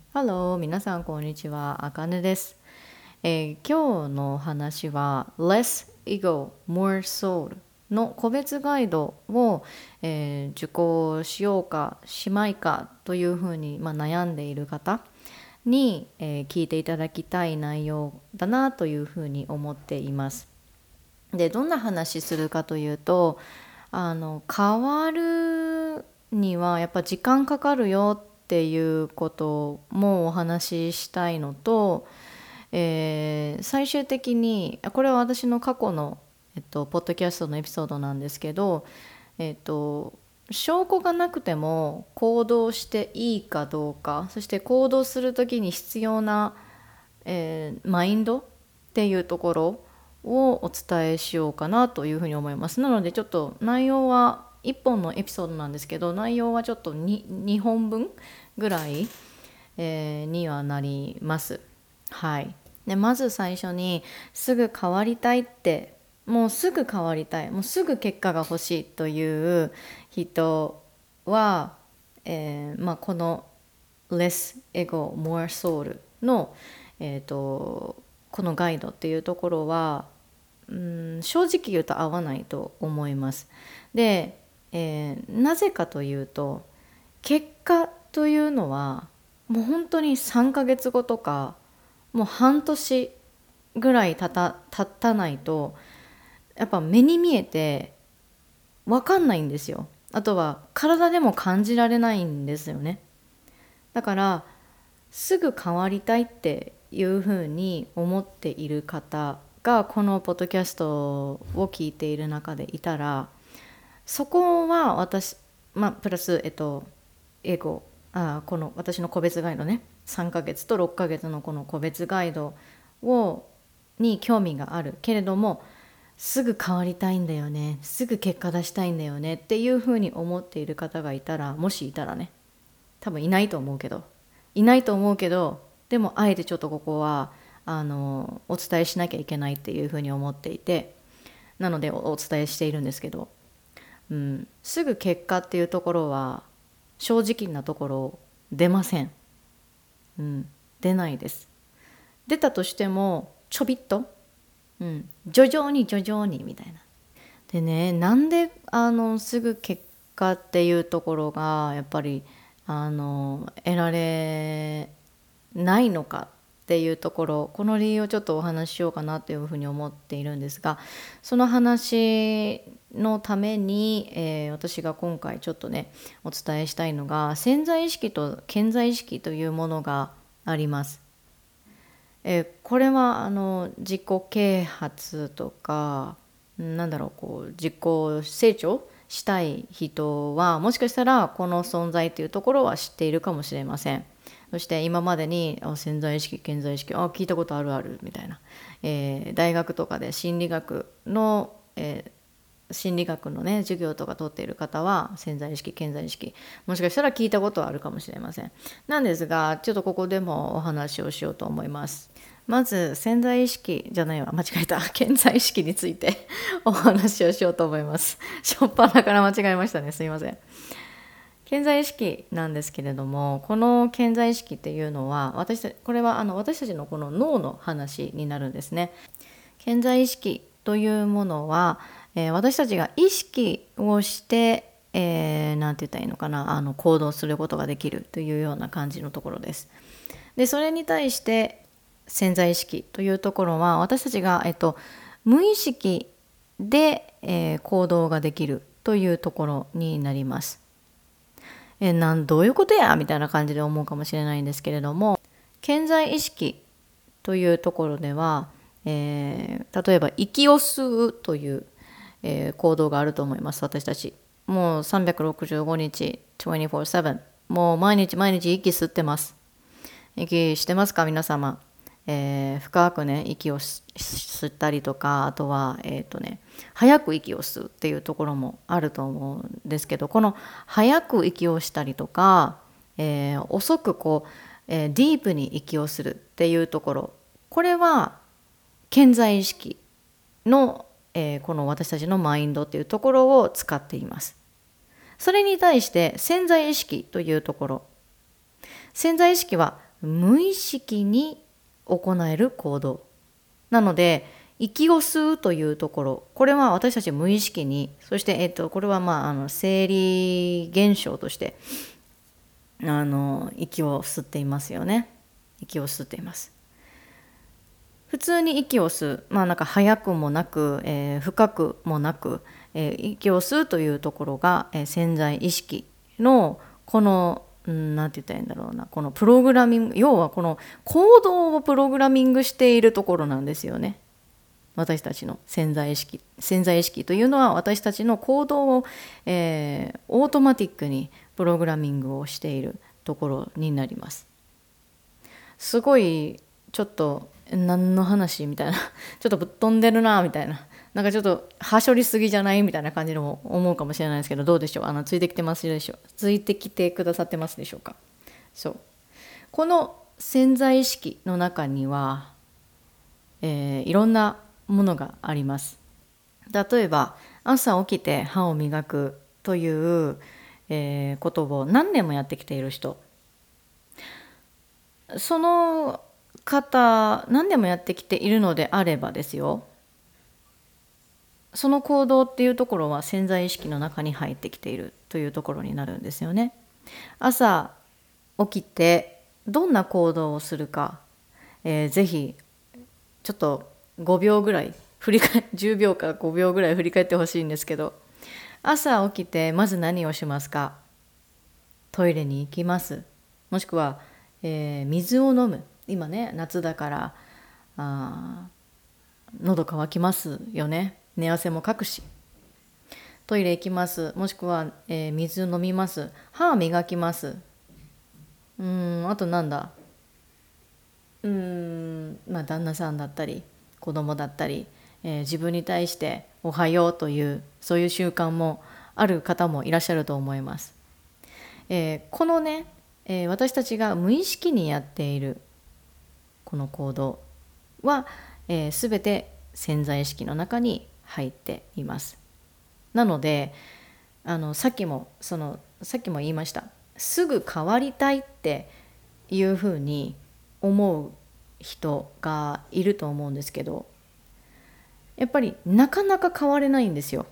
Hello、皆さんこんにちは、あかねです。今日のお話は Less Ego, More Soul の個別ガイドを、受講しようかしまいかというふうに、悩んでいる方に、聞いていただきたい内容だなというふうに思っています。で、どんな話するかというと、変わるにはやっぱ時間かかるよっていうこともお話ししたいのと、最終的にこれは私の過去の、ポッドキャストのエピソードなんですけど、証拠がなくても行動していいかどうか、そして行動する時に必要な、マインドっていうところをお伝えしようかなというふうに思います。なのでちょっと内容は1本のエピソードなんですけど、内容はちょっと2本分ぐらい、にはなります。はい。でまず最初にすぐ変わりたいって、もうすぐ変わりたい、もうすぐ結果が欲しいという人は、この Less Ego More Soul の、このガイドっていうところは、正直言うと合わないと思います。で、なぜかというと、結果というのはもう本当に3ヶ月後とかもう半年ぐらい経たないとやっぱ目に見えて分かんないんですよ。あとは体でも感じられないんですよね。だからすぐ変わりたいっていうふうに思っている方がこのポッドキャストを聞いている中でいたら、そこは私、プラス、英語、この私の個別ガイドね、3ヶ月と6ヶ月のこの個別ガイドに興味があるけれども、すぐ変わりたいんだよね、すぐ結果出したいんだよねっていうふうに思っている方がいたら、もしいたらね、多分いないと思うけど、でもあえてちょっとここはお伝えしなきゃいけないっていうふうに思っていて、なのでお伝えしているんですけど、すぐ結果っていうところは正直なところ出ません。出ないです。出たとしてもちょびっと、徐々に徐々にみたいな。でね、なんですぐ結果っていうところがやっぱり得られないのかっていうところ、この理由をちょっとお話ししようかなというふうに思っているんですが、その話のために、私が今回ちょっとねお伝えしたいのが、潜在意識と潜在意識というものがあります。これは自己啓発とか、こう自己成長したい人はもしかしたらこの存在というところは知っているかもしれません。そして今までに潜在意識潜在意識聞いたことあるあるみたいな、大学とかで心理学のね授業とか取っている方は潜在意識潜在意識もしかしたら聞いたことはあるかもしれません。なんですがちょっとここでもお話をしようと思います。まず潜在意識じゃないわ間違えた潜在意識についてお話をしようと思います。しょっぱなから間違えましたね、すいません。潜在意識なんですけれども、この潜在意識っていうのはこれは私たちのこの脳の話になるんですね。潜在意識というものは、私たちが意識をして、なんて言ったらいいのかな、行動することができるというような感じのところです。でそれに対して潜在意識というところは私たちが、無意識で、行動ができるというところになります。どういうことやみたいな感じで思うかもしれないんですけれども、潜在意識というところでは、例えば息を吸うという、行動があると思います。私たちもう365日24/7もう毎日毎日息吸ってます。息してますか皆様。深くね息を吸ったりとか、あとは早く息を吸うっていうところもあると思うんですけど、この早く息をしたりとか、遅くディープに息をするっていうところ、これは潜在意識の、この私たちのマインドっていうところを使っています。それに対して潜在意識というところ、潜在意識は無意識に行える行動なので、息を吸うというところ、これは私たち無意識に、そして、これは生理現象として息を吸っていますよね。息を吸っています。普通に息を吸う、なんか早くもなく、深くもなく、息を吸うというところが、潜在意識のこのなんて言ったらいいんだろうな、このプログラミング、要はこの行動をプログラミングしているところなんですよね。私たちの潜在意識というのは私たちの行動を、オートマティックにプログラミングをしているところになります。すごいちょっと何の話みたいなちょっとぶっ飛んでるなみたいな、なんかちょっとはしょりすぎじゃないみたいな感じでも思うかもしれないですけど、どうでしょう、ついてきてますでしょう、ついてきてくださってますでしょうか。そう、この潜在意識の中には、いろんなものがあります。例えば朝起きて歯を磨くという、ことを何年もやってきている人、その方何年もやってきているのであればですよ、その行動っていうところは潜在意識の中に入ってきているというところになるんですよね。朝起きてどんな行動をするか、ぜひちょっと5秒ぐらい10秒か5秒ぐらい振り返ってほしいんですけど、朝起きてまず何をしますか。トイレに行きます。もしくは、水を飲む。今ね、夏だから喉乾きますよね。寝汗もかくし。トイレ行きます。もしくは、水飲みます。歯磨きます。あとなんだ。旦那さんだったり子供だったり、自分に対しておはようというそういう習慣もある方もいらっしゃると思います。このね、私たちが無意識にやっているこの行動は、全て潜在意識の中に入っています。なのでさっきも言いました。すぐ変わりたいっていうふうに思う人がいると思うんですけど、やっぱりなかなか変われないんですよ。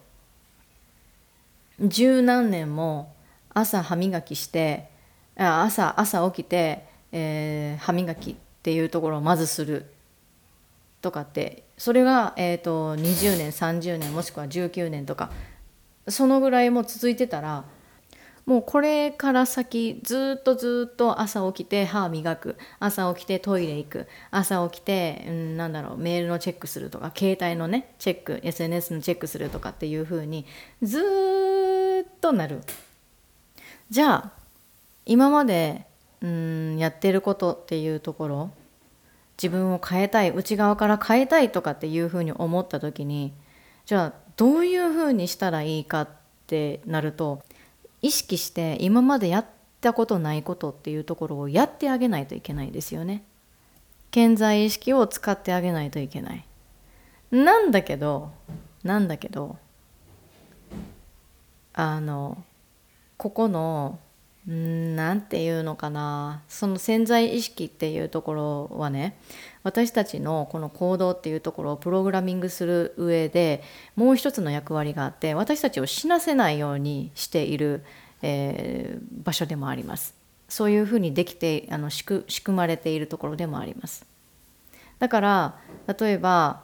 十何年も朝歯磨きして朝起きて、歯磨きっていうところをまずするとかって、それが、20年30年もしくは19年とかそのぐらいも続いてたら、もうこれから先ずっと朝起きて歯磨く、朝起きてトイレ行く、朝起きて、メールのチェックするとか、携帯のねチェック、 SNS のチェックするとかっていう風にずっとなる。じゃあ今までやってることっていうところ、自分を変えたい、内側から変えたいとかっていう風に思った時に、じゃあどういう風にしたらいいかってなると、意識して今までやったことないことっていうところをやってあげないといけないですよね。潜在意識を使ってあげないといけない。なんだけどここのなんていうのかな、その潜在意識っていうところはね、私たちのこの行動っていうところをプログラミングする上でもう一つの役割があって、私たちを死なせないようにしている、場所でもあります。そういうふうにできて仕組まれているところでもあります。だから例えば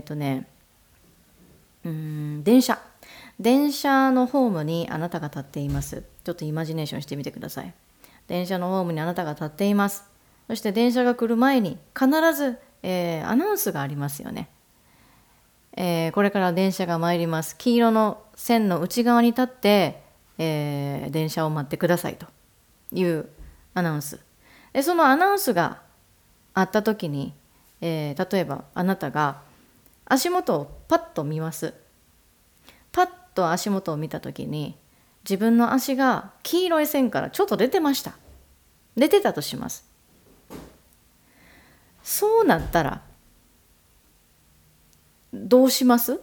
電車のホームにあなたが立っています。ちょっとイマジネーションしてみてください。電車のホームにあなたが立っています。そして電車が来る前に必ず、アナウンスがありますよね。これから電車が参ります。黄色の線の内側に立って、電車を待ってくださいというアナウンス。そのアナウンスがあった時に、例えばあなたが足元をパッと見ます。パッと足元を見た時に、自分の足が黄色い線からちょっと出てたとします。そうなったらどうします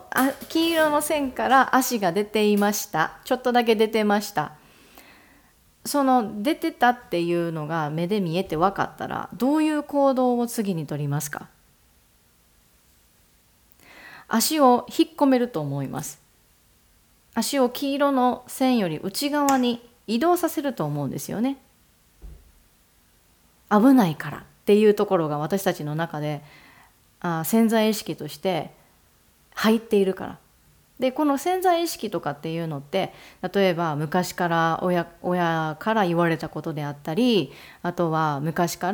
黄色の線から足が出ていました。ちょっとだけ出てました。 その出てたっていうのが目で見えて分かったら、どういう行動を次に取りますか？足を引っ込めると思います。足を黄色の線より内側に移動させると思うんですよね。危ないからっていうところが私たちの中で潜在意識として入っているから。でこの潜在意識とかっていうのって、例えば昔から親から言われたことであったり、あとは昔から、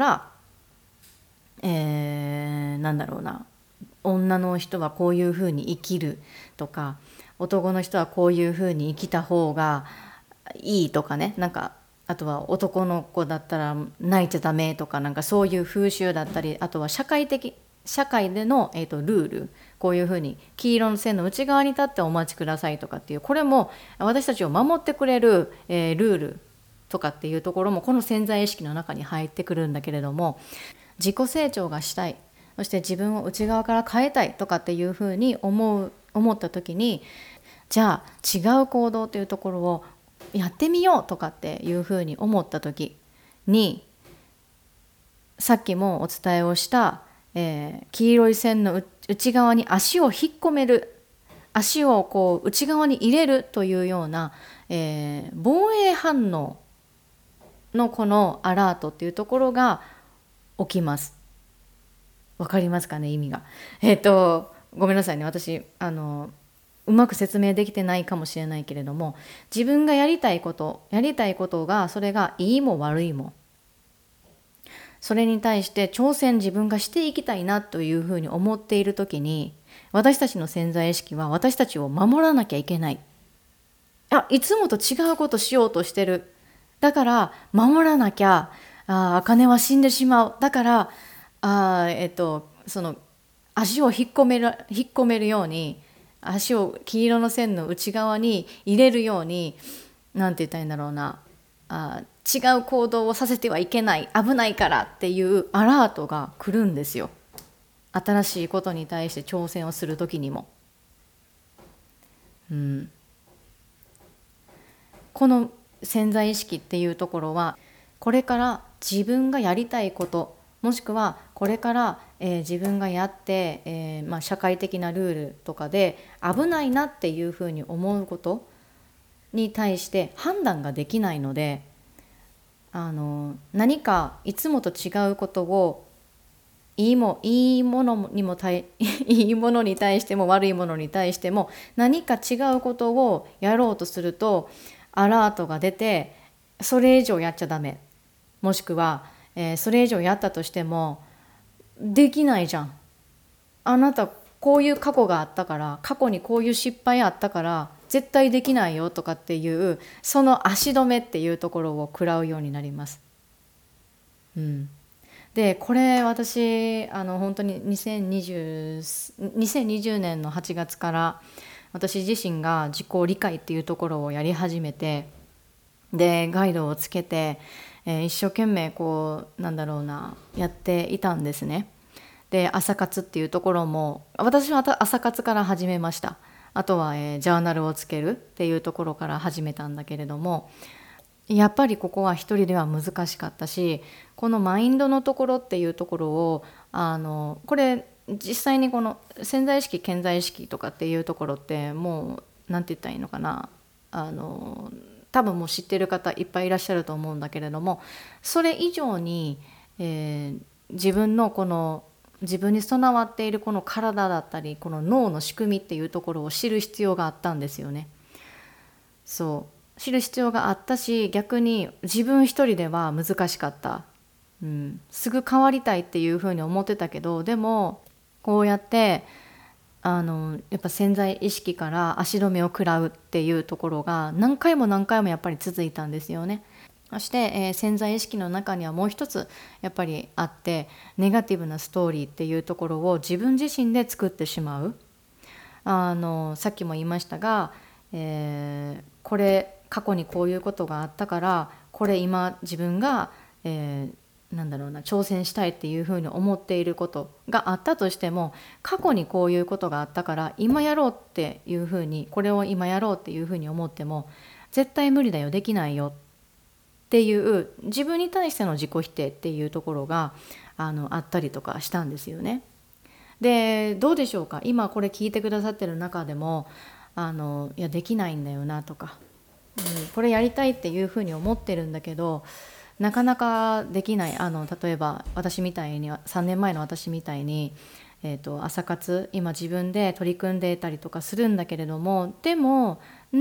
なんだろうな、女の人はこういうふうに生きるとか、男の人はこういうふうに生きた方がいいとかね、なんかあとは男の子だったら泣いちゃダメとか、なんかそういう風習だったり、あとは社会での、ルール、こういうふうに黄色の線の内側に立ってお待ちくださいとかっていう、これも私たちを守ってくれる、ルールとかっていうところもこの潜在意識の中に入ってくるんだけれども、自己成長がしたい、そして自分を内側から変えたいとかっていうふうに思った時に、じゃあ違う行動というところをやってみようとかっていうふうに思った時に、さっきもお伝えをした、黄色い線の内側に足を引っ込める、足をこう内側に入れるというような、防衛反応のこのアラートっていうところが起きます。わかりますかね、意味が。ごめんなさいね、私うまく説明できてないかもしれないけれども、自分がやりたいことが、それがいいも悪いも、それに対して挑戦自分がしていきたいなというふうに思っているときに、私たちの潜在意識は私たちを守らなきゃいけない。いつもと違うことしようとしてる。だから守らなきゃ、茜は死んでしまう。だからその足を引っ込めるように、足を黄色の線の内側に入れるように、なんて言ったらいいんだろうな、違う行動をさせてはいけない、危ないからっていうアラートが来るんですよ。新しいことに対して挑戦をする時にも、この潜在意識っていうところは、これから自分がやりたいこと、もしくはこれから、自分がやって、社会的なルールとかで危ないなっていうふうに思うことに対して判断ができないので、何かいつもと違うことをいいものにもいいものに対しても悪いものに対しても何か違うことをやろうとするとアラートが出て、それ以上やっちゃダメ、もしくは、それ以上やったとしてもできないじゃん、あなたこういう過去があったから、過去にこういう失敗あったから絶対できないよとかっていう、その足止めっていうところを食らうようになります。でこれ私本当に2020年の8月から私自身が自己理解っていうところをやり始めて、でガイドをつけて、一生懸命こうなんだろうなやっていたんですね。で朝活っていうところも私は朝活から始めました。あとは、ジャーナルをつけるっていうところから始めたんだけれども、やっぱりここは一人では難しかったし、このマインドのところっていうところをこれ実際にこの潜在意識潜在意識とかっていうところってもうなんて言ったらいいのかな、多分もう知ってる方いっぱいいらっしゃると思うんだけれども、それ以上に、自分のこの自分に備わっているこの体だったりこの脳の仕組みっていうところを知る必要があったんですよね。そう知る必要があったし、逆に自分一人では難しかった、すぐ変わりたいっていうふうに思ってたけど、でもこうやってやっぱ潜在意識から足止めを食らうっていうところが何回も何回もやっぱり続いたんですよね。そして、潜在意識の中にはもう一つやっぱりあって、ネガティブなストーリーっていうところを自分自身で作ってしまう。さっきも言いましたが、これ過去にこういうことがあったから、これ今自分が、なんだろうな挑戦したいっていうふうに思っていることがあったとしても、過去にこういうことがあったから今やろうっていうふうに、これを今やろうっていうふうに思っても絶対無理だよ、できないよっていう自分に対しての自己否定っていうところがあったりとかしたんですよね。でどうでしょうか、今これ聞いてくださってる中でもいやできないんだよなとか、これやりたいっていうふうに思ってるんだけどなかなかできない、例えば私みたいに3年前の私みたいに、朝活今自分で取り組んでいたりとかするんだけれども、でも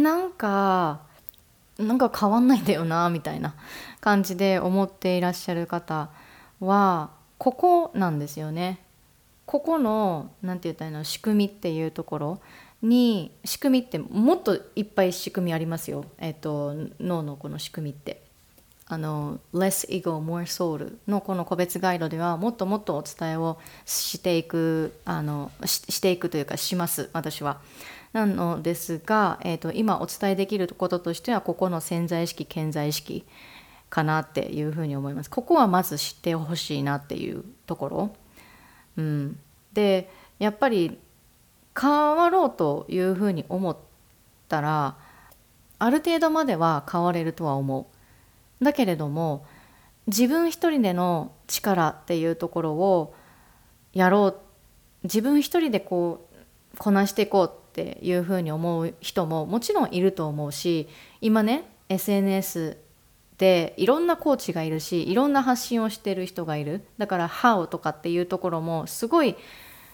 なんか変わんないんだよなみたいな感じで思っていらっしゃる方はここなんですよね。ここのなんて言ったらいいの、仕組みっていうところに、仕組みってもっといっぱい仕組みありますよ。脳のこの仕組みってLess Ego More Soul のこの個別ガイドではもっともっとお伝えをしていくしていくというかします私は。なのですが、今お伝えできることとしてはここの潜在意識顕在意識かなっていうふうに思います。ここはまず知ってほしいなっていうところ、でやっぱり変わろうというふうに思ったらある程度までは変われるとは思う。だけれども自分一人での力っていうところをやろう、自分一人でこうこなしていこうっていうふうに思う人ももちろんいると思うし、今ね SNS でいろんなコーチがいるしいろんな発信をしている人がいる。だから How とかっていうところもすごい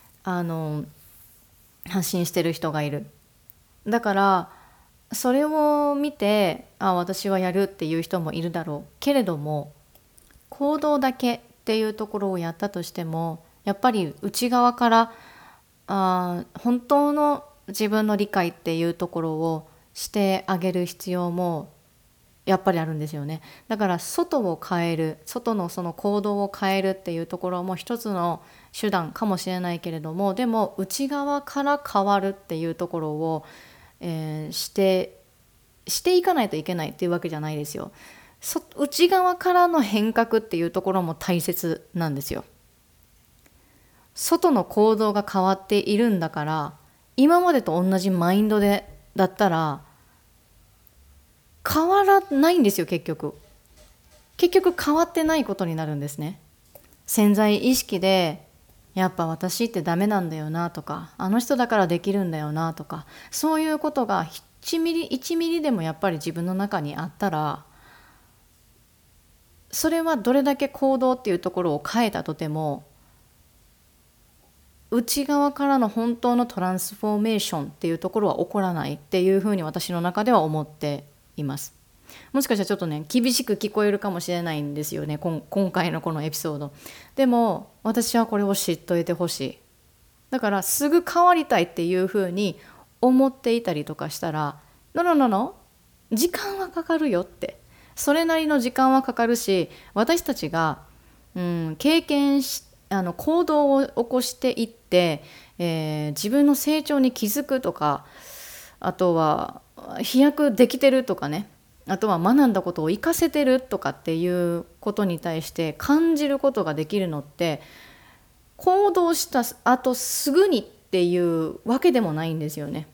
発信してる人がいる。だからそれを見て私はやるっていう人もいるだろうけれども、行動だけっていうところをやったとしてもやっぱり内側から本当の自分の理解っていうところをしてあげる必要もやっぱりあるんですよね。だから外を変える、外のその行動を変えるっていうところも一つの手段かもしれないけれども、でも内側から変わるっていうところを、していかないといけないっていうわけじゃないですよ。内側からの変革っていうところも大切なんですよ。外の行動が変わっているんだから、今までと同じマインドでだったら変わらないんですよ。結局変わってないことになるんですね。潜在意識でやっぱ私ってダメなんだよなとか、あの人だからできるんだよなとか、そういうことが1ミリでもやっぱり自分の中にあったら、それはどれだけ行動っていうところを変えたとても内側からの本当のトランスフォーメーションっていうところは起こらないっていうふうに私の中では思っています。もしかしたらちょっとね厳しく聞こえるかもしれないんですよね、今回のこのエピソードでも。私はこれを知っといてほしい。だからすぐ変わりたいっていうふうに思っていたりとかしたら、ノノノノ時間はかかるよって、それなりの時間はかかるし、私たちが、経験し行動を起こしていって、自分の成長に気づくとか、あとは飛躍できてるとかね、あとは学んだことを活かせてるとかっていうことに対して感じることができるのって、行動した後すぐにっていうわけでもないんですよね。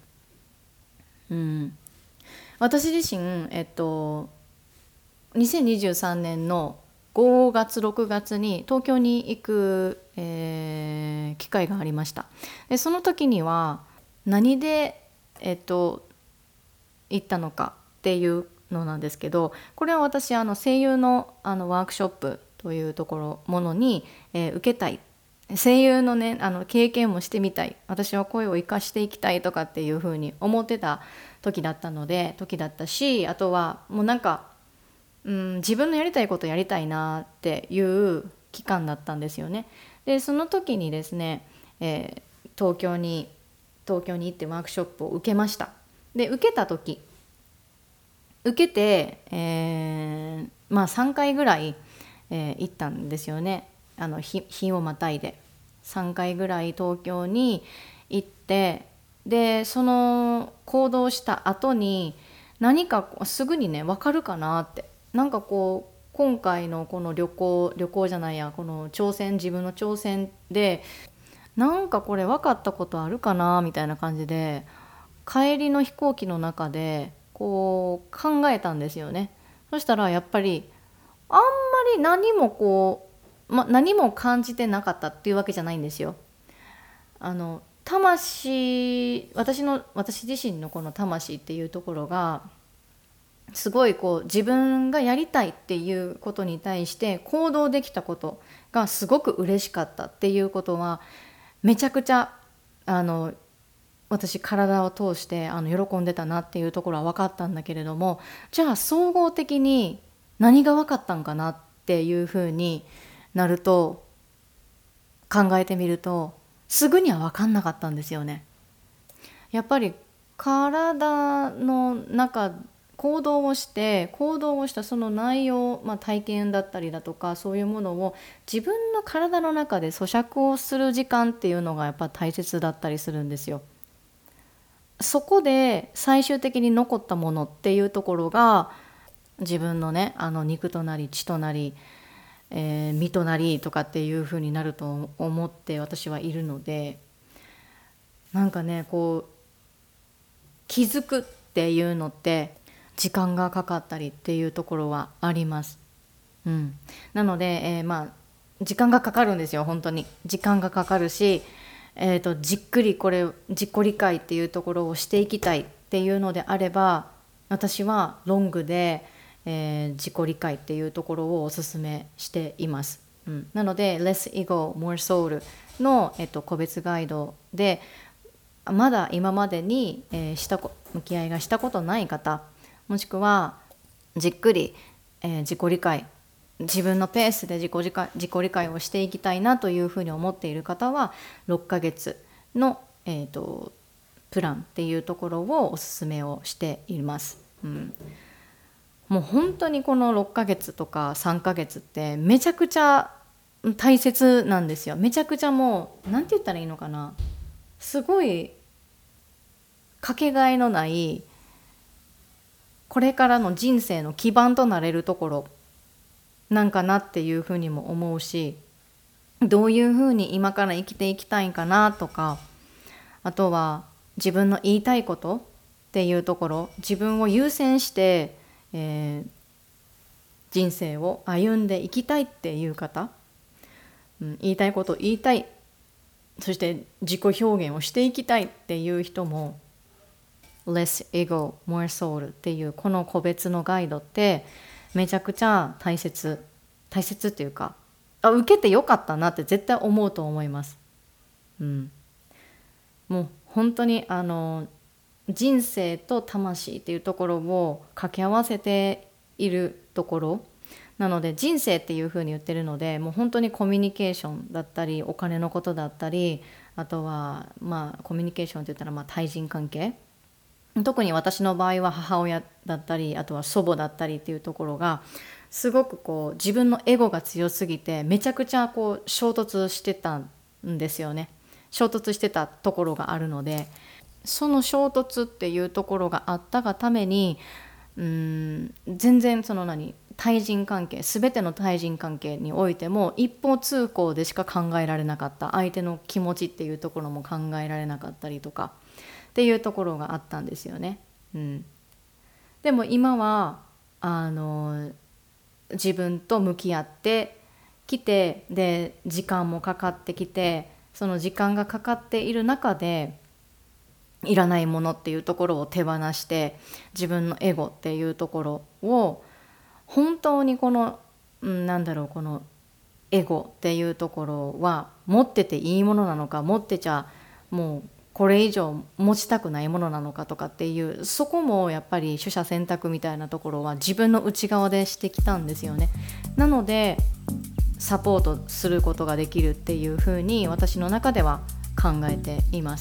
私自身、2023年の5月6月に東京に行く、機会がありました。でその時には何で、行ったのかっていうのなんですけど、これは私声優の、ワークショップというところものに、受けたい、声優のね経験もしてみたい、私は声を生かしていきたいとかっていうふうに思ってた時だったし、あとはもう自分のやりたいことやりたいなっていう期間だったんですよね。でその時にですね、東京に行ってワークショップを受けました。で受けて、3回ぐらい、行ったんですよね。日をまたいで3回ぐらい東京に行って、でその行動した後に何かすぐにね分かるかなって、今回のこの旅行じゃないや、この自分の挑戦でこれ分かったことあるかなみたいな感じで、帰りの飛行機の中でこう考えたんですよね。 そしたらやっぱりあんまり何も何も感じてなかったっていうわけじゃないんですよ。私自身のこの魂っていうところがすごい自分がやりたいっていうことに対して行動できたことがすごく嬉しかったっていうことはめちゃくちゃ私体を通して喜んでたなっていうところは分かったんだけれども、じゃあ総合的に何が分かったんかなっていうふうになると考えてみるとすぐには分かんなかったんですよね。やっぱり体の中行動をしたその内容、体験だったりだとかそういうものを自分の体の中で咀嚼をする時間っていうのがやっぱ大切だったりするんですよ。そこで最終的に残ったものっていうところが自分のね肉となり血となり、身となりとかっていう風になると思って私はいるので、なんかね気づくっていうのって時間がかかったりっていうところはあります。なので、時間がかかるんですよ。本当に時間がかかるし、じっくりこれ自己理解っていうところをしていきたいっていうのであれば私はロングで、自己理解っていうところをおすすめしています。なので Less Ego More Soul の、個別ガイドでまだ今までに、向き合いがしたことない方、もしくはじっくり、自己理解自分のペースで自己理解をしていきたいなというふうに思っている方は6ヶ月の、プランっていうところをおすすめをしています。もう本当にこの6ヶ月とか3ヶ月ってめちゃくちゃ大切なんですよ。めちゃくちゃもうなんて言ったらいいのかな、すごいかけがえのないこれからの人生の基盤となれるところなんかなっていうふうにも思うし、どういうふうに今から生きていきたいかなとか、あとは自分の言いたいことっていうところ、自分を優先して、人生を歩んでいきたいっていう方、言いたいこと言いたい、そして自己表現をしていきたいっていう人もLess Ego More Soul っていうこの個別のガイドってめちゃくちゃ大切っていうか、受けてよかったなって絶対思うと思います。もう本当に人生と魂っていうところを掛け合わせているところなので、人生っていう風に言ってるのでもう本当にコミュニケーションだったりお金のことだったり、あとはコミュニケーションって言ったら対人関係、特に私の場合は母親だったりあとは祖母だったりっていうところがすごく自分のエゴが強すぎてめちゃくちゃ衝突してたんですよね。衝突してたところがあるので、その衝突っていうところがあったがために全然対人関係、全ての対人関係においても一方通行でしか考えられなかった、相手の気持ちっていうところも考えられなかったりとかっていうところがあったんですよね。でも今は自分と向き合ってきて、で時間もかかってきて、その時間がかかっている中でいらないものっていうところを手放して自分のエゴっていうところを本当にこのエゴっていうところは持ってていいものなのか、持ってちゃもうこれ以上持ちたくないものなのかとかっていう、そこもやっぱり取捨選択みたいなところは自分の内側でしてきたんですよね。なのでサポートすることができるっていうふうに私の中では考えています。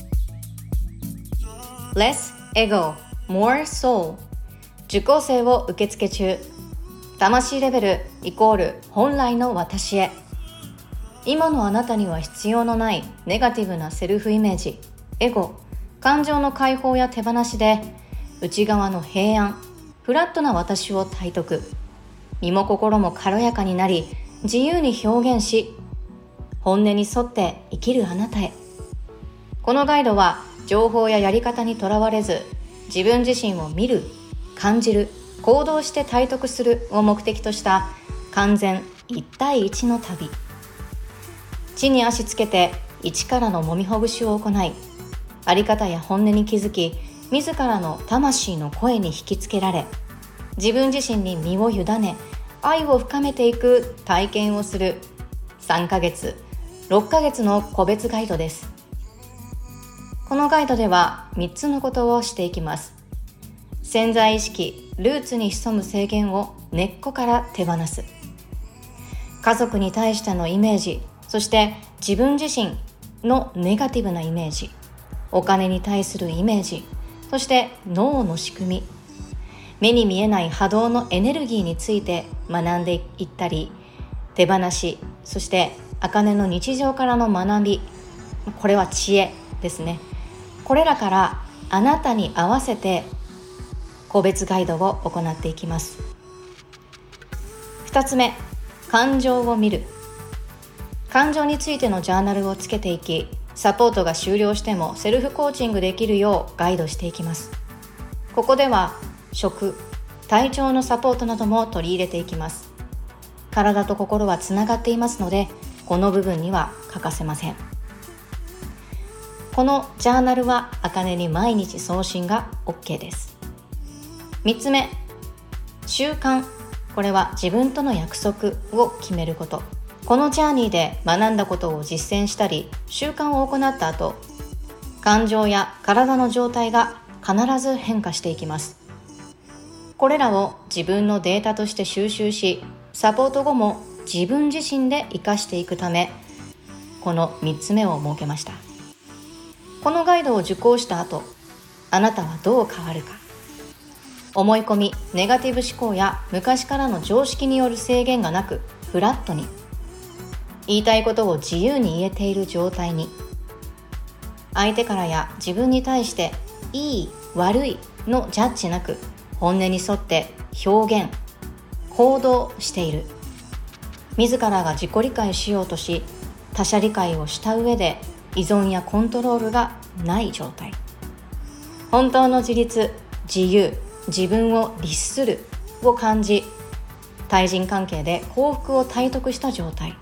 Less Ego More Soul 受講生を受付中。魂レベルイコール本来の私へ。今のあなたには必要のないネガティブなセルフイメージ、エゴ、感情の解放や手放しで内側の平安、フラットな私を体得、身も心も軽やかになり自由に表現し本音に沿って生きるあなたへ。このガイドは情報ややり方にとらわれず自分自身を見る、感じる、 行動して体得するを目的とした完全一対一の旅。地に足つけて一からの揉みほぐしを行い、あり方や本音に気づき、自らの魂の声に引きつけられ、自分自身に身を委ね、愛を深めていく体験をする3ヶ月、6ヶ月の個別ガイドです。このガイドでは3つのことをしていきます。潜在意識、ルーツに潜む制限を根っこから手放す。家族に対してのイメージ、そして自分自身のネガティブなイメージ、お金に対するイメージ、そして脳の仕組み、目に見えない波動のエネルギーについて学んでいったり、手放し、そして茜の日常からの学び、これは知恵ですね。これらからあなたに合わせて個別ガイドを行っていきます。2つ目、感情を見る。感情についてのジャーナルをつけていき、サポートが終了してもセルフコーチングできるようガイドしていきます。ここでは食、体調のサポートなども取り入れていきます。体と心はつながっていますので、この部分には欠かせません。このジャーナルは茜に毎日送信が OK です。3つ目、習慣。これは自分との約束を決めること。このジャーニーで学んだことを実践したり、習慣を行った後、感情や体の状態が必ず変化していきます。これらを自分のデータとして収集し、サポート後も自分自身で活かしていくため、この3つ目を設けました。このガイドを受講した後、あなたはどう変わるか。思い込み、ネガティブ思考や昔からの常識による制限がなく、フラットに、言いたいことを自由に言えている状態に、相手からや自分に対していい悪いのジャッジなく、本音に沿って表現行動している。自らが自己理解しようとし、他者理解をした上で依存やコントロールがない状態。本当の自立、自由、自分を律するを感じ、対人関係で幸福を体得した状態。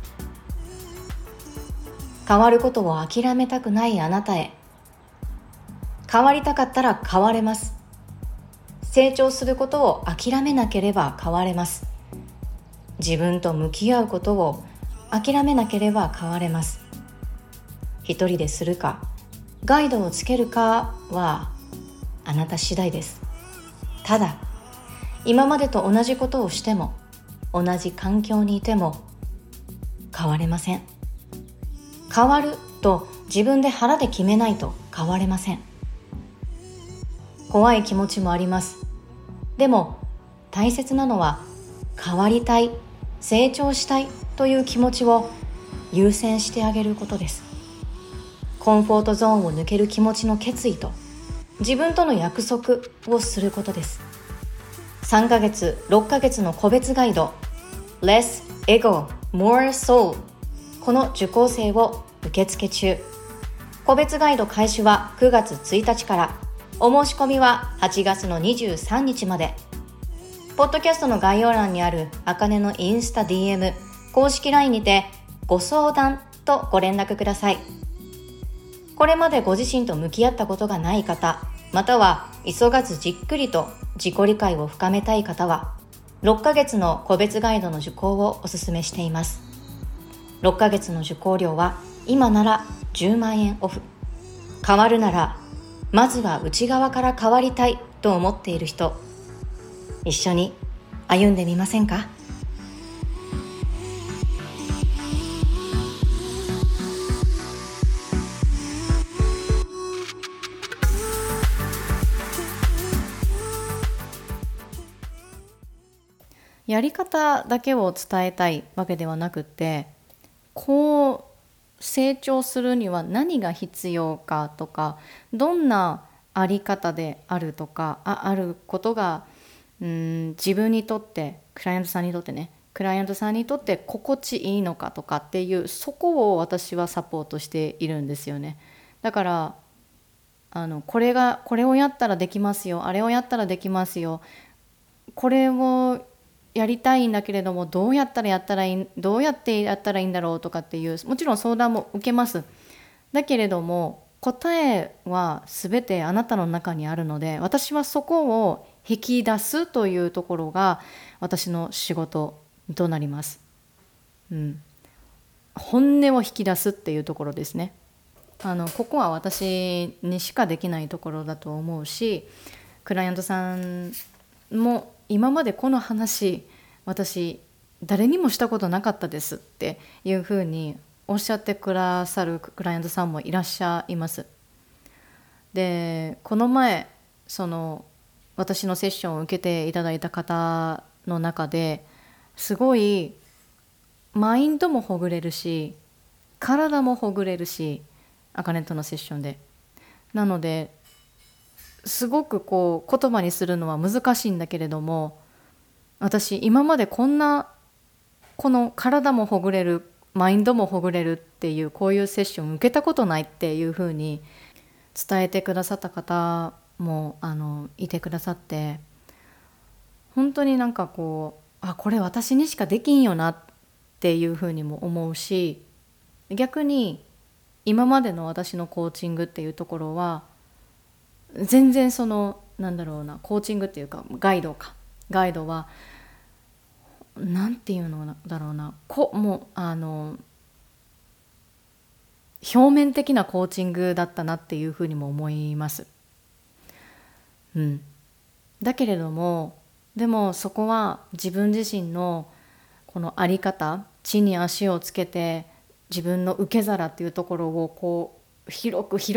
変わることを諦めたくないあなたへ。変わりたかったら変われます。成長することを諦めなければ変われます。自分と向き合うことを諦めなければ変われます。一人でするか、ガイドをつけるかはあなた次第です。ただ、今までと同じことをしても、同じ環境にいても変われません。変わると自分で腹で決めないと変われません。怖い気持ちもあります。でも大切なのは、変わりたい、成長したいという気持ちを優先してあげることです。コンフォートゾーンを抜ける気持ちの決意と自分との約束をすることです。3ヶ月、6ヶ月の個別ガイド Less Ego, More Soul、 この受講生を受付中。個別ガイド開始は9月1日から、お申し込みは8月の23日まで。ポッドキャストの概要欄にある茜のインスタ DM 公式 LINE にてご相談とご連絡ください。これまでご自身と向き合ったことがない方、または急がずじっくりと自己理解を深めたい方は、6ヶ月の個別ガイドの受講をお勧めしています。6ヶ月の受講料は今なら10万円オフ。変わるなら、まずは内側から変わりたいと思っている人、一緒に歩んでみませんか？やり方だけを伝えたいわけではなくて、こう成長するには何が必要かとか、どんなあり方であるとか、あることが自分にとって、クライアントさんにとって心地いいのかとかっていう、そこを私はサポートしているんですよね。だからこれをやったらできますよ、あれをやったらできますよ、 これをやりたいんだけれども、どうやってやったらいいんだろうとかっていう、もちろん相談も受けます。だけれども答えは全てあなたの中にあるので、私はそこを引き出すというところが私の仕事となります。本音を引き出すっていうところですね。ここは私にしかできないところだと思うし、クライアントさんも今までこの話私誰にもしたことなかったですっていうふうにおっしゃってくださるクライアントさんもいらっしゃいます。でこの前私のセッションを受けていただいた方の中ですごいマインドもほぐれるし体もほぐれるし、アカネとのセッションで、なのですごくこう言葉にするのは難しいんだけれども、私今までこの体もほぐれるマインドもほぐれるっていうこういうセッション受けたことないっていうふうに伝えてくださった方もいてくださって、本当になんかこうこれ私にしかできんよなっていうふうにも思うし、逆に今までの私のコーチングっていうところは全然なんだろうな、コーチングっていうかガイドはなんていうのだろうな、もう表面的なコーチングだったなっていうふうにも思います。だけれどもでもそこは自分自身のこの在り方、地に足をつけて自分の受け皿っていうところをこう広く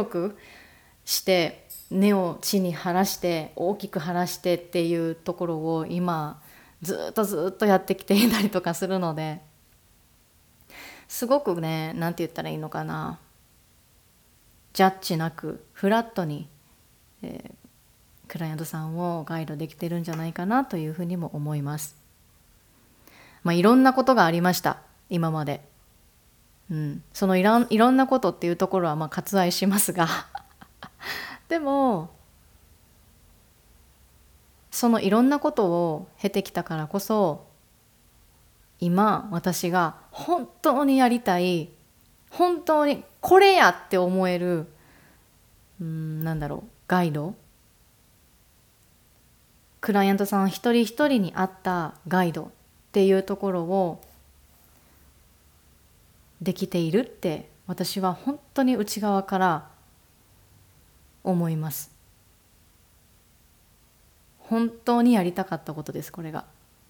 して根を地に張らして大きく張らしてっていうところを今ずっとやってきていたりとかするので、すごくね、なんて言ったらいいのかな、ジャッジなくフラットに、クライアントさんをガイドできてるんじゃないかなというふうにも思います。いろんなことがありました今まで。そのいろんなことっていうところは割愛しますがでもそのいろんなことを経てきたからこそ、今私が本当にやりたい、本当にこれやって思えるなんだろう、ガイド、クライアントさん一人一人に合ったガイドっていうところをできているって私は本当に内側から思います。本当にやりたかったことです、これが。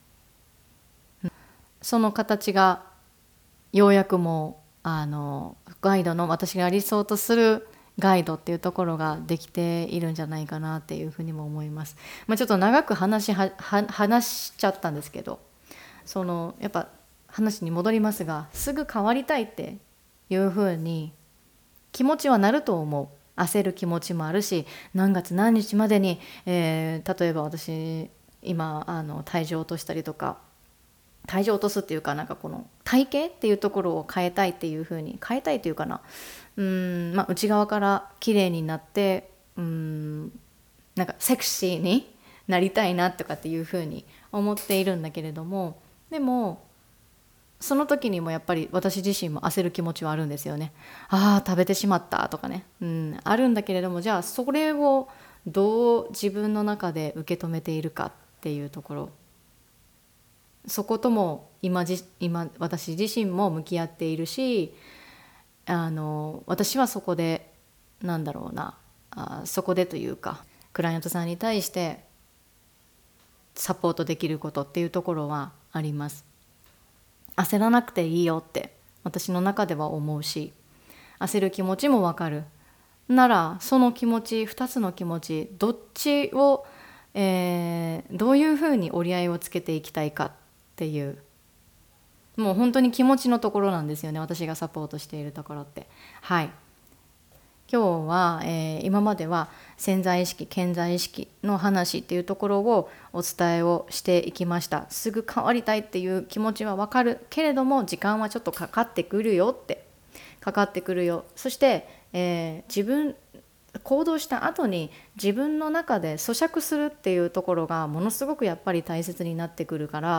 その形がようやくもうガイドの、私が理想とするガイドっていうところができているんじゃないかなっていうふうにも思います。ちょっと長く話しちゃったんですけど、やっぱ話に戻りますが、すぐ変わりたいっていうふうに気持ちはなると思う。焦る気持ちもあるし、何月何日までに、例えば私今体重を落としたりとか、体重を落とすっていうか、なんかこの体型っていうところを変えたいっていう風に変えたいというかな、内側から綺麗になって、なんかセクシーになりたいなとかっていう風に思っているんだけれども、でもその時にもやっぱり私自身も焦る気持ちはあるんですよね。食べてしまったとかね、あるんだけれども、じゃあそれをどう自分の中で受け止めているかっていうところ、そことも今私自身も向き合っているし、私はそこでなんだろうな、そこでというかクライアントさんに対してサポートできることっていうところはあります。焦らなくていいよって私の中では思うし、焦る気持ちもわかるなら、その気持ち、2つの気持ちどっちを、どういうふうに折り合いをつけていきたいかっていう、もう本当に気持ちのところなんですよね、私がサポートしているところって。はい、今日は、今までは潜在意識、顕在意識の話っていうところをお伝えをしていきました。すぐ変わりたいっていう気持ちはわかるけれども、時間はちょっとかかってくるよって、かかってくるよ。そして、自分行動した後に自分の中で咀嚼するっていうところがものすごくやっぱり大切になってくるから、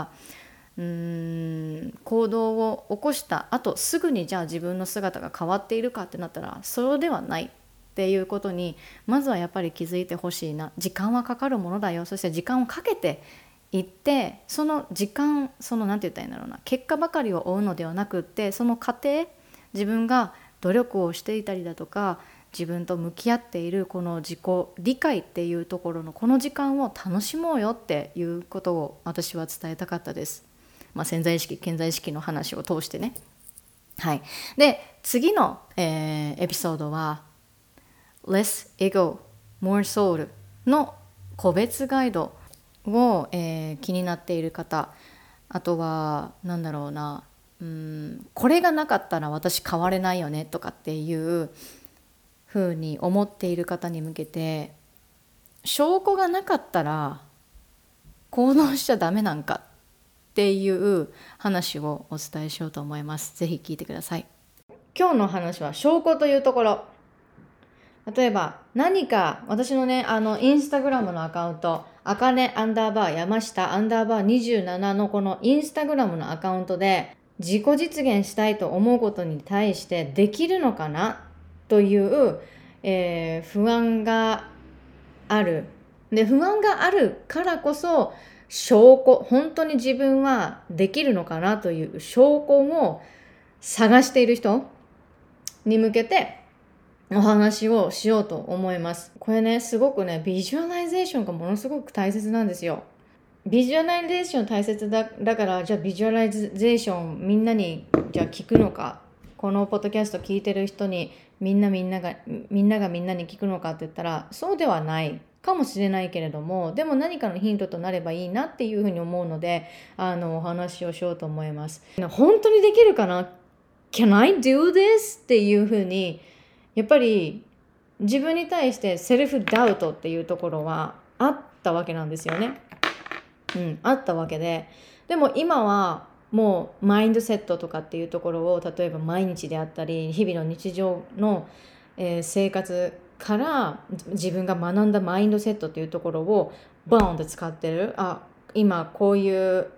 行動を起こした後すぐにじゃあ自分の姿が変わっているかってなったらそうではないっていうことにまずはやっぱり気づいてほしいな。時間はかかるものだよ。そして時間をかけていって、その時間、なんて言ったらいいんだろうな、結果ばかりを追うのではなくって、その過程、自分が努力をしていたりだとか自分と向き合っているこの自己理解っていうところのこの時間を楽しもうよっていうことを私は伝えたかったです。潜在意識顕在意識の話を通してね。はい。で次の、エピソードは Less Ego More Soul の個別ガイドを、気になっている方、あとはなんだろうな、これがなかったら私変われないよねとかっていうふうに思っている方に向けて、証拠がなかったら行動しちゃダメなんかっていう話をお伝えしようと思います。ぜひ聞いてください。今日の話は証拠というところ。例えば何か私のね、インスタグラムのアカウント、あかねアンダーバー山下アンダーバー27のこのインスタグラムのアカウントで自己実現したいと思うことに対してできるのかなという、不安がある。で、不安があるからこそ証拠、本当に自分はできるのかなという証拠を探している人に向けてお話をしようと思います。これね、すごくね、ビジュアライゼーションがものすごく大切なんですよ。ビジュアライゼーション大切だから、じゃあビジュアライゼーションみんなにじゃあ聞くのか、このポッドキャスト聞いてる人にみんながみんなに聞くのかって言ったらそうではないかもしれないけれども、でも何かのヒントとなればいいなっていうふうに思うので、お話をしようと思います。本当にできるかな？ Can I do this? っていうふうにやっぱり自分に対してセルフダウトっていうところはあったわけなんですよね。あったわけで、でも今はもうマインドセットとかっていうところを例えば毎日であったり日々の日常の、生活から自分が学んだマインドセットっていうところをボーンと使ってる。今こういう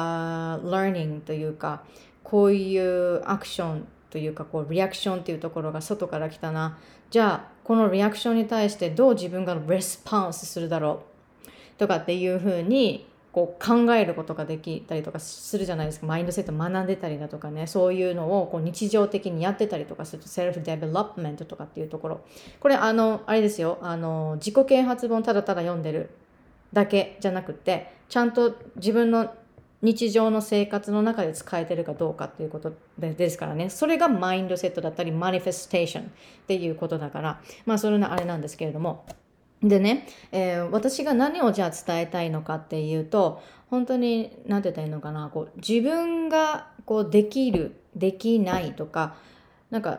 learning というかこういうアクションというかこうリアクションっていうところが外から来たな。じゃあこのリアクションに対してどう自分がレスポンスするだろうとかっていうふうにこう考えることができたりとかするじゃないですか。マインドセット学んでたりだとかね、そういうのをこう日常的にやってたりとかするとセルフデベロップメントとかっていうところ、これあれですよ、自己啓発本ただただ読んでるだけじゃなくて、ちゃんと自分の日常の生活の中で使えてるかどうかっていうことですからね。それがマインドセットだったりマニフェステーションっていうことだから、それのあれなんですけれども、でね、私が何をじゃあ伝えたいのかっていうと、本当に何て言ったらいいのかな、こう自分がこうできるできないとか、なんか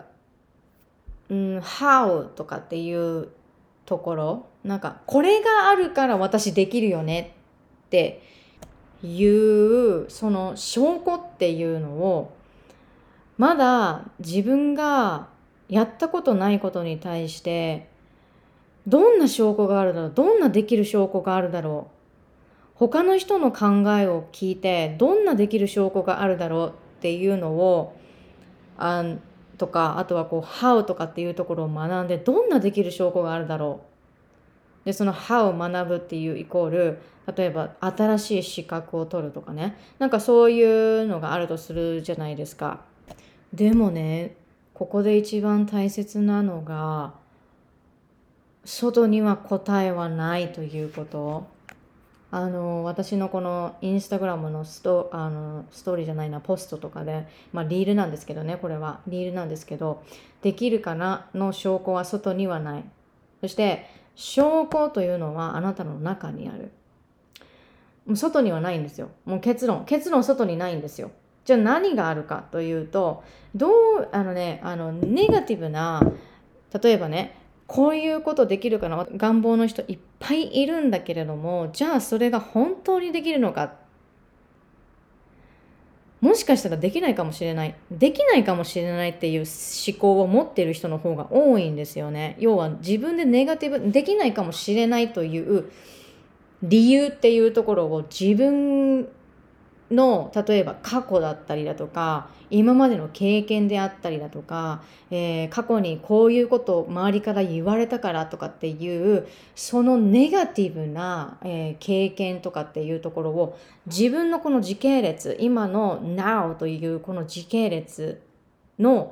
how とかっていうところ、なんかこれがあるから私できるよねっていうその証拠っていうのをまだ自分がやったことないことに対してどんな証拠があるだろう、どんなできる証拠があるだろう、他の人の考えを聞いてどんなできる証拠があるだろうっていうのをとか、あとはこう How とかっていうところを学んでどんなできる証拠があるだろう。でその How を学ぶっていうイコール、例えば新しい資格を取るとかね、なんかそういうのがあるとするじゃないですか。でもね、ここで一番大切なのが外には答えはないということ。私のこのインスタグラムのストーリーじゃないな、ポストとかで、リールなんですけどね、これはリールなんですけど、できるかなの証拠は外にはない。そして証拠というのはあなたの中にある。もう外にはないんですよ。もう結論外にないんですよ。じゃあ何があるかというと、ネガティブな、例えばね、こういうことできるかな、願望の人いっぱいいるんだけれども、じゃあそれが本当にできるのか。 もしかしたらできないかもしれない。できないかもしれないっていう思考を持っている人の方が多いんですよね。要は自分でネガティブ、できないかもしれないという理由っていうところを自分の例えば過去だったりだとか今までの経験であったりだとか、過去にこういうことを周りから言われたからとかっていうそのネガティブな、経験とかっていうところを自分のこの時系列今の Now というこの時系列の、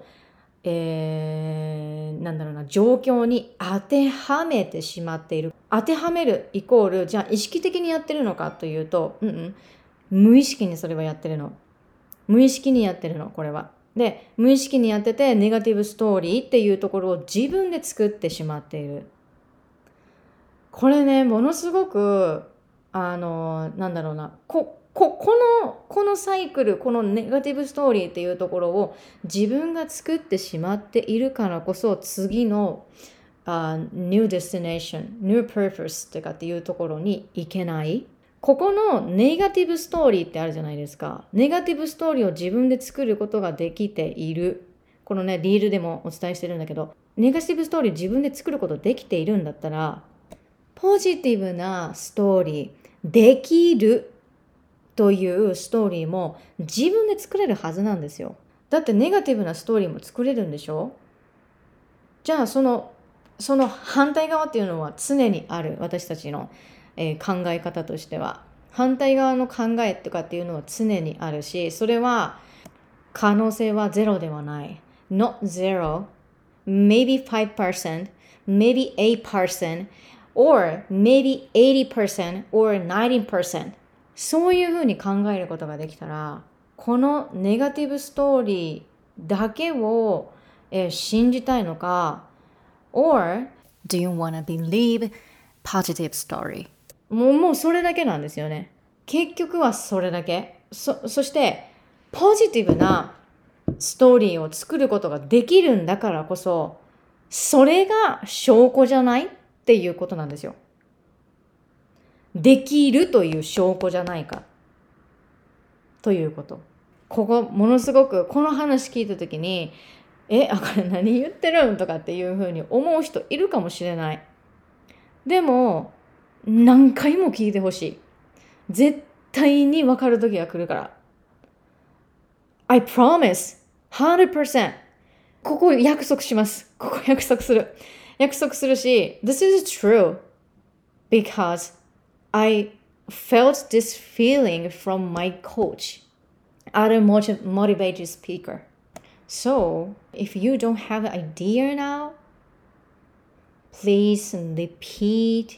なんだろうな状況に当てはめてしまっている。当てはめるイコールじゃあ意識的にやってるのかというと、無意識にそれはやってるの。無意識にやってるの、これは。で、無意識にやってて、ネガティブストーリーっていうところを自分で作ってしまっている。これね、ものすごく、なんだろうな、このサイクル、このネガティブストーリーっていうところを自分が作ってしまっているからこそ、次のnew destination, new purpose ってかっていうところに行けない。ここのネガティブストーリーってあるじゃないですか。ネガティブストーリーを自分で作ることができている。このね、リールでもお伝えしてるんだけど、ネガティブストーリー自分で作ることできているんだったら、ポジティブなストーリー、できるというストーリーも自分で作れるはずなんですよ。だってネガティブなストーリーも作れるんでしょ？じゃあその反対側っていうのは常にある私たちの、考え方としては反対側の考えとかっていうのは常にあるしそれは可能性はゼロではない not zero maybe 5% maybe 8% or maybe 80% or 90% そういうふうに考えることができたらこのネガティブストーリーだけを、信じたいのかOr do you wanna believe positive story? もうそれだけなんですよね。結局はそれだけ。そしてポジティブなストーリーを作ることができるんだからこそそれが証拠じゃないっていうことなんですよ。できるという証拠じゃないかということ。ここものすごくこの話聞いた時にこれ何言ってるんとかっていうふうに思う人いるかもしれない。でも、何回も聞いてほしい。絶対に分かる時が来るから。I promise 100%ここ約束します。ここ約束する。約束するし、This is true because I felt this feeling from my coach, other motivated speaker.So, if you don't have an idea now, please repeat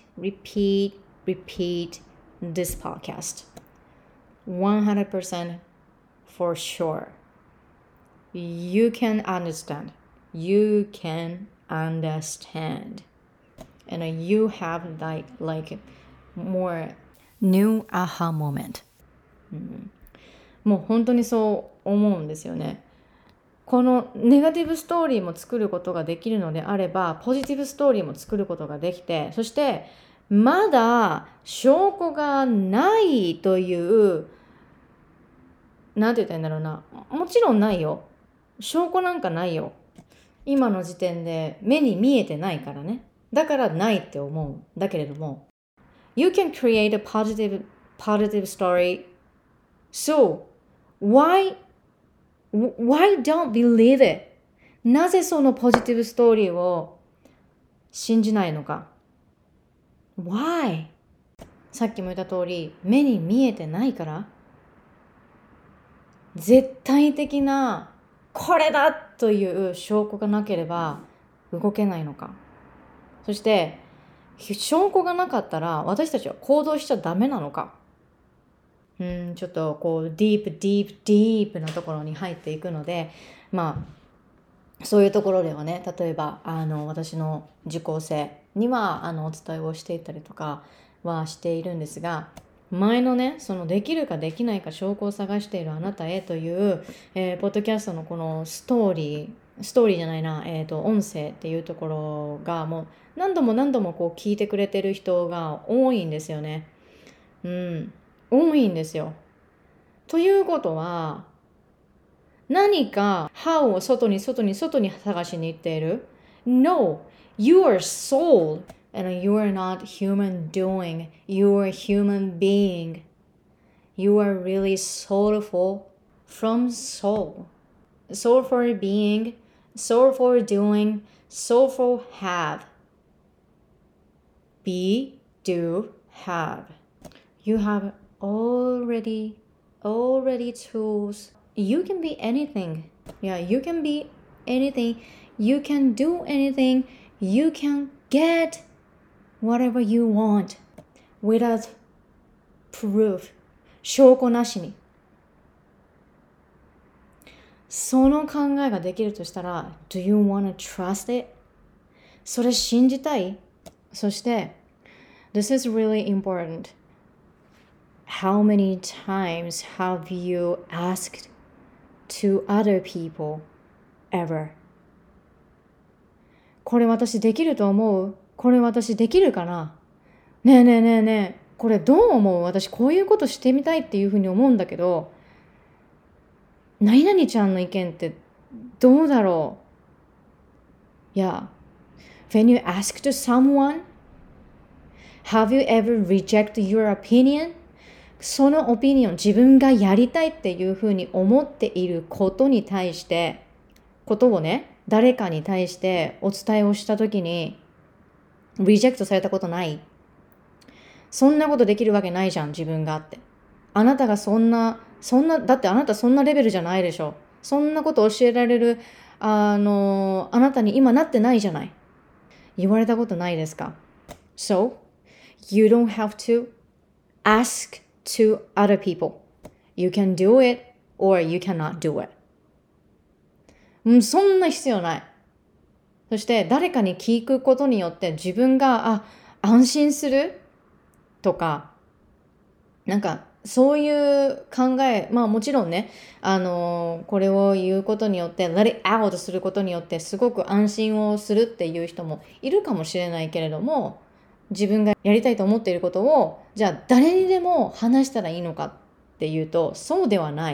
this podcast. 100% for sure. You can understand. You can understand. And you have like more new aha moment. もう本当にそう思うんですよね。このネガティブストーリーも作ることができるのであればポジティブストーリーも作ることができてそしてまだ証拠がないというなんて言ったらいいんだろうなもちろんないよ証拠なんかないよ今の時点で目に見えてないからねだからないって思うだけれども You can create a positive story so why don't believe it? なぜそのポジティブストーリーを信じないのか Why? さっきも言った通り目に見えてないから絶対的なこれだという証拠がなければ動けないのかそして証拠がなかったら私たちは行動しちゃダメなのかちょっとこうディープなところに入っていくのでそういうところではね例えば私の受講生にはお伝えをしていたりとかはしているんですが前のねそのできるかできないか証拠を探しているあなたへという、ポッドキャストのこのストーリーじゃないな、音声っていうところがもう何度もこう聞いてくれてる人が多いんですよね多いんですよということは何か how を外に探しに行っている。No, you are soul and you are not human doing. You are human being. You are really soulful from soul. Soul for being, soul for doing, soul for have. Be, do, have. You have already tools. You can be anything. Yeah, you can be anything. You can do anything. You can get whatever you want without proof. 証拠なしに。その考えができるとしたら、Do you want to trust it? それ信じたい？そして、This is really important. How many times have you asked to other people ever? これ私できると思う？これ私できるかな？ねえねえねえねえ、これどう思う？私こういうことしてみたいっていうふうに思うんだけど、何々ちゃんの意見ってどうだろう？ Yeah. When you ask to someone, have you ever rejected your opinion? そのオピニオン、自分がやりたいっていうふうに思っていることに対して、ことをね、誰かに対してお伝えをしたときに、リジェクトされたことない？そんなことできるわけないじゃん、自分がって。あなたがだってあなたそんなレベルじゃないでしょ。そんなこと教えられる、あなたに今なってないじゃない。言われたことないですか？ So, you don't have to ask to other people. You can do it or you cannot do it. そんな必要ない。そして誰かに聞くことによって自分が安心するとか、なんかそういう考え、まあもちろんね、これを言うことによって let it out することによってすごく安心をするっていう人もいるかもしれないけれども、自分がやりたいと思っていることをじゃあ誰にでも話したらいいのかっていうとそうではない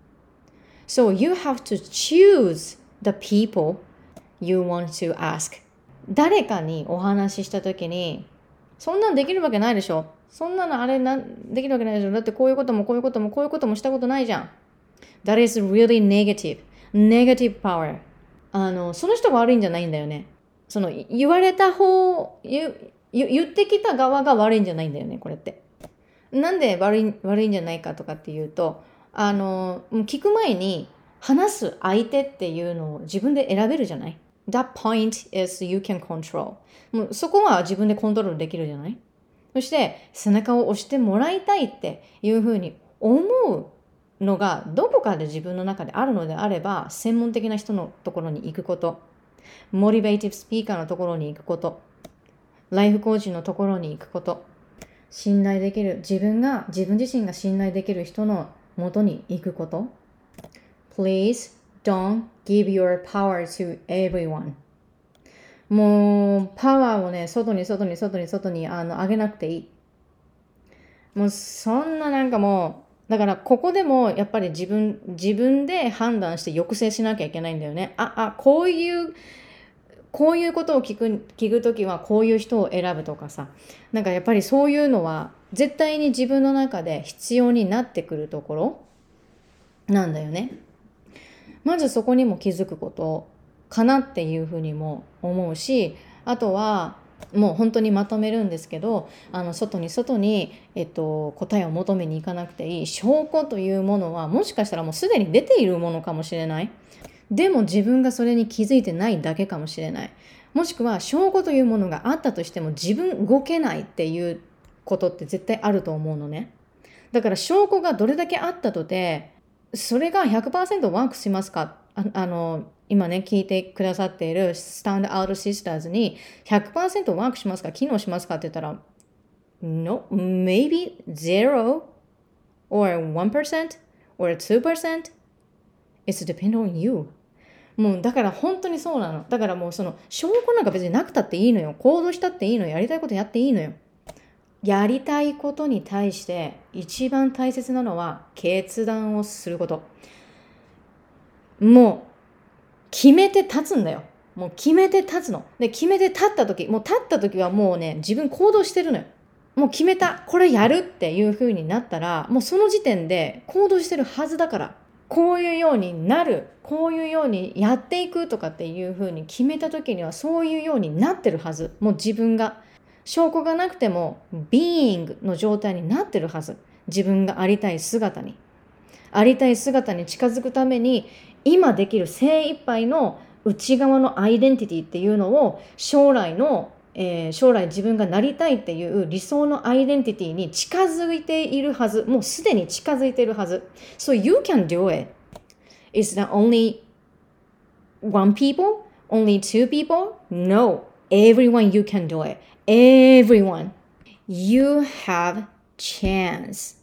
。So you have to choose the people you want to ask. 誰かにお話ししたときにそんなんできるわけないでしょ。そんなのできるわけないでしょ。だってこういうこともしたことないじゃん。That is really negative. Negative power. その人が悪いんじゃないんだよね。その言われた言ってきた側が悪いんじゃないんだよね、これって。なんで悪いんじゃないかとかっていうと、聞く前に話す相手っていうのを自分で選べるじゃない？ That point is you can control. もうそこは自分でコントロールできるじゃない？そして背中を押してもらいたいっていうふうに思うのがどこかで自分の中であるのであれば、専門的な人のところに行くこと、モチベーティブスピーカーのところに行くこと、ライフコーチのところに行くこと、信頼できる、自分自身が信頼できる人のもとに行くこと。Please don't give your power to everyone. もうパワーをね、外に上げなくていい。もうそんななんかもう、だからここでもやっぱり自分で判断して抑制しなきゃいけないんだよね。こういうことを聞くときはこういう人を選ぶとかさ。なんかやっぱりそういうのは絶対に自分の中で必要になってくるところなんだよね。まずそこにも気づくことかなっていうふうにも思うし、あとはもう本当にまとめるんですけど、外に、答えを求めに行かなくていい。証拠というものはもしかしたらもうすでに出ているものかもしれない。でも自分がそれに気づいてないだけかもしれない。もしくは証拠というものがあったとしても自分動けないっていうことって絶対あると思うのね。だから証拠がどれだけあったとて、それが 100% ワークしますか？今ね、聞いてくださっているスタンドアウトシスターズに 100% ワークしますか？機能しますか？って言ったら No, maybe 0 or 1% or 2%. It's depend on you. もうだから本当にそうなの。だからもうその証拠なんか別になくたっていいのよ。行動したっていいのよ。やりたいことやっていいのよ。やりたいことに対して一番大切なのは決断をすること。 もう決めて立つんだよ。もう決めて立つの。で、決めて立った時はもうね、自分行動してるのよ。もう決めた。これやるっていう風になったら、もうその時点で行動してるはずだから。こういうようになる。こういうようにやっていくとかっていう風に決めた時にはそういうようになってるはず。もう自分が。証拠がなくても、being の状態になってるはず。自分がありたい姿に。ありたい姿に近づくために、今できる精一杯の内側のアイデンティティっていうのを将来自分がなりたいっていう理想のアイデンティティに近づいているはず。もうすでに近づいているはず。So you can do it. Is that only one people? Only two people? No. Everyone you can do it. Everyone. You have chance.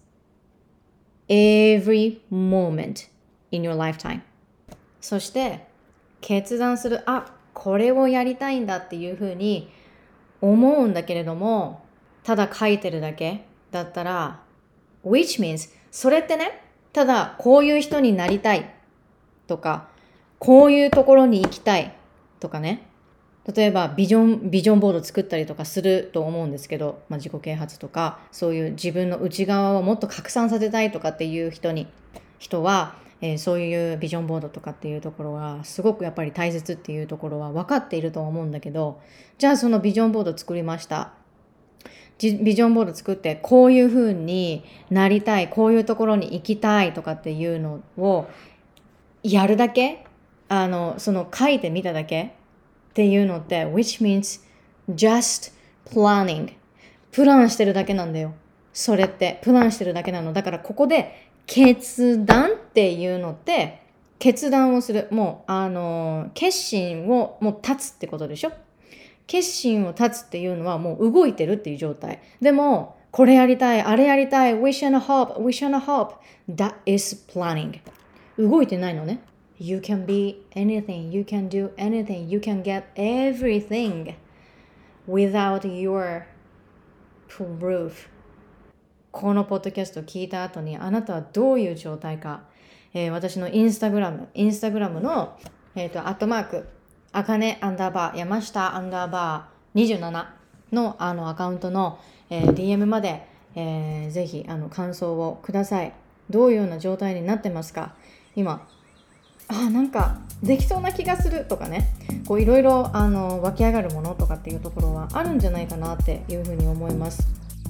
Every moment in your lifetime. そして決断する、これをやりたいんだっていうふうに思うんだけれども、ただ書いてるだけだったら、which means それってね、ただこういう人になりたいとか、こういうところに行きたいとかね、例えばビジョンボード作ったりとかすると思うんですけど、自己啓発とか、そういう自分の内側をもっと拡散させたいとかっていう人は、そういうビジョンボードとかっていうところはすごくやっぱり大切っていうところは分かっていると思うんだけど、じゃあそのビジョンボード作りました。ビジョンボード作ってこういう風になりたい、こういうところに行きたいとかっていうのをやるだけ、その書いてみただけっていうのって which means just planning プランしてるだけなんだよ。それってプランしてるだけなの。だからここで決断っていうのって決断をする、もう決心をもう立つってことでしょ。決心を立つっていうのはもう動いてるっていう状態。でもこれやりたい、あれやりたい、wish and hope that is planning。 動いてないのね。You can be anything, you can do anything, you can get everything without your proof。 このポッドキャストを聞いた後にあなたはどういう状態か、私のインスタグラムのアットマークあかね_山下_27のアカウントの、DM まで、ぜひ感想をください。どういうような状態になってますか？今なんかできそうな気がするとかね、こういろいろ湧き上がるものとかっていうところはあるんじゃないかなっていうふうに思います。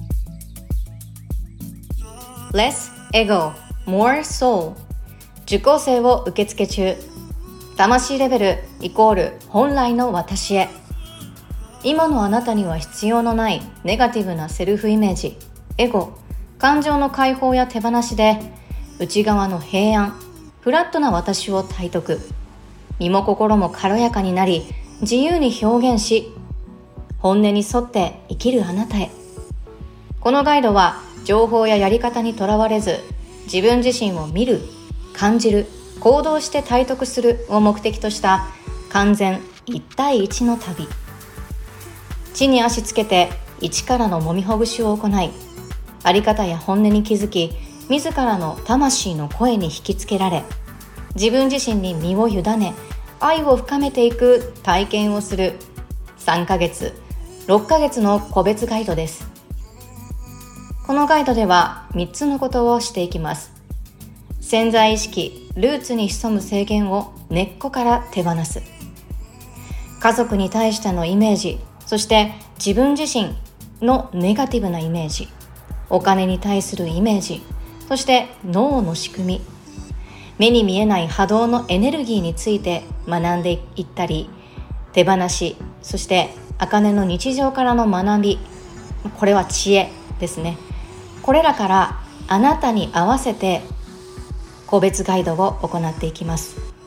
Less Ego More Soul 受講生を受付中。魂レベルイコール本来の私へ。今のあなたには必要のないネガティブなセルフイメージ、エゴ、感情の解放や手放しで内側の平安、フラットな私を体得。身も心も軽やかになり、自由に表現し、本音に沿って生きるあなたへ。このガイドは情報ややり方にとらわれず、自分自身を見る、感じる、行動して体得するを目的とした完全1対1の旅。地に足つけて一からの揉みほぐしを行い、あり方や本音に気づき、自らの魂の声に引きつけられ、自分自身に身を委ね、愛を深めていく体験をする3ヶ月、6ヶ月の個別ガイドです。このガイドでは3つのことをしていきます。潜在意識、ルーツに潜む制限を根っこから手放す。家族に対してのイメージ、そして自分自身のネガティブなイメージ、お金に対するイメージ、そして脳の仕組み、目に見えない波動のエネルギーについて学んでいったり、手放し、そして茜の日常からの学び、これは知恵ですね。これらからあなたに合わせて個別ガイドを行っていきます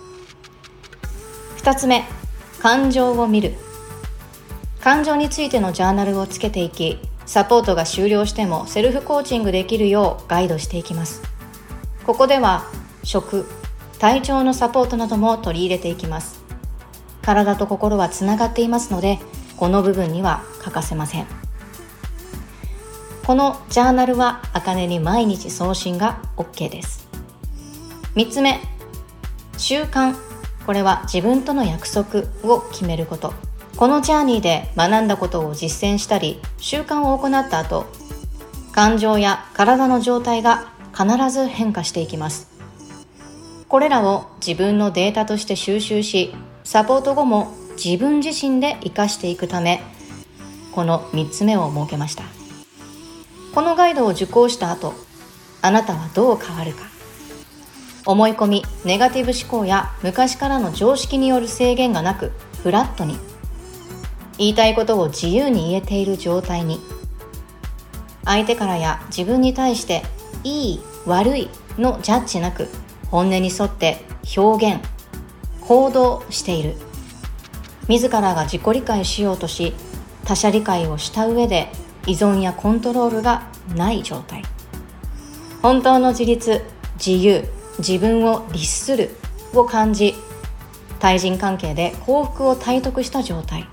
。2つ目、感情を見る。感情についてのジャーナルをつけていき、サポートが終了してもセルフコーチングできるようガイドしていきます。ここでは食、体調のサポートなども取り入れていきます。体と心はつながっていますので、この部分には欠かせません。このジャーナルは茜に毎日送信が OK です。3つ目、 習慣、これは自分との約束を決めること。このジャーニーで学んだことを実践したり、習慣を行った後、感情や体の状態が必ず変化していきます。これらを自分のデータとして収集し、サポート後も自分自身で活かしていくため、この3つ目を設けました。このガイドを受講した後、あなたはどう変わるか。思い込み、ネガティブ思考や昔からの常識による制限がなく、フラットに、言いたいことを自由に言えている状態に、相手からや自分に対していい悪いのジャッジなく、本音に沿って表現行動している、自らが自己理解しようとし他者理解をした上で依存やコントロールがない状態、本当の自立、自由、自分を律するを感じ、対人関係で幸福を体得した状態、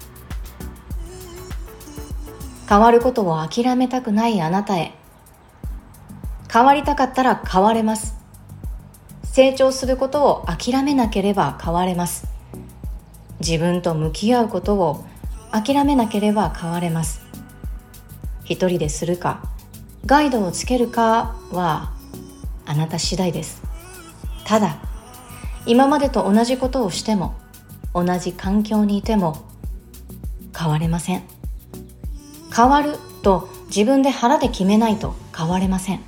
変わることを諦めたくないあなたへ、変わりたかったら変われます。成長することを諦めなければ変われます。自分と向き合うことを諦めなければ変われます。一人でするか、ガイドをつけるかはあなた次第です。ただ、今までと同じことをしても、同じ環境にいても変われません。変わると自分で腹で決めないと変われません。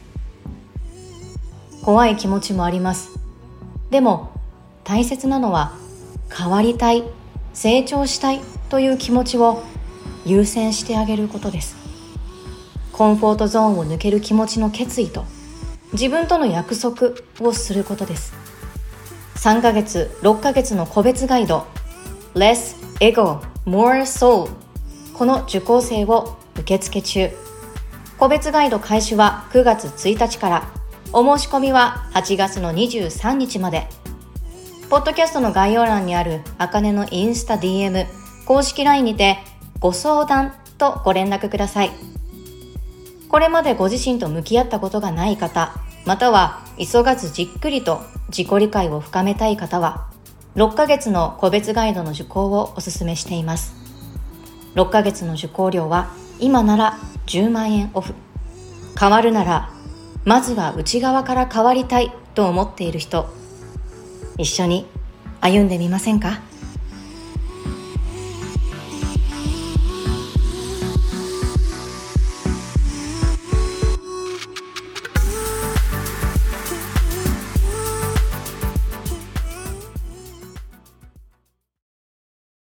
怖い気持ちもあります。でも大切なのは、変わりたい、成長したいという気持ちを優先してあげることです。コンフォートゾーンを抜ける気持ちの決意と自分との約束をすることです。3ヶ月、6ヶ月の個別ガイド Less Ego, More Soul、 この受講生を受付中。個別ガイド開始は9月1日から、お申し込みは8月の23日まで。ポッドキャストの概要欄にあるあかねのインスタ DM 公式 LINE にてご相談とご連絡ください。これまでご自身と向き合ったことがない方、または急がずじっくりと自己理解を深めたい方は、6ヶ月の個別ガイドの受講をお勧めしています。6ヶ月の受講料は今なら10万円オフ。変わるなら、まずは内側から変わりたいと思っている人、一緒に歩んでみませんか？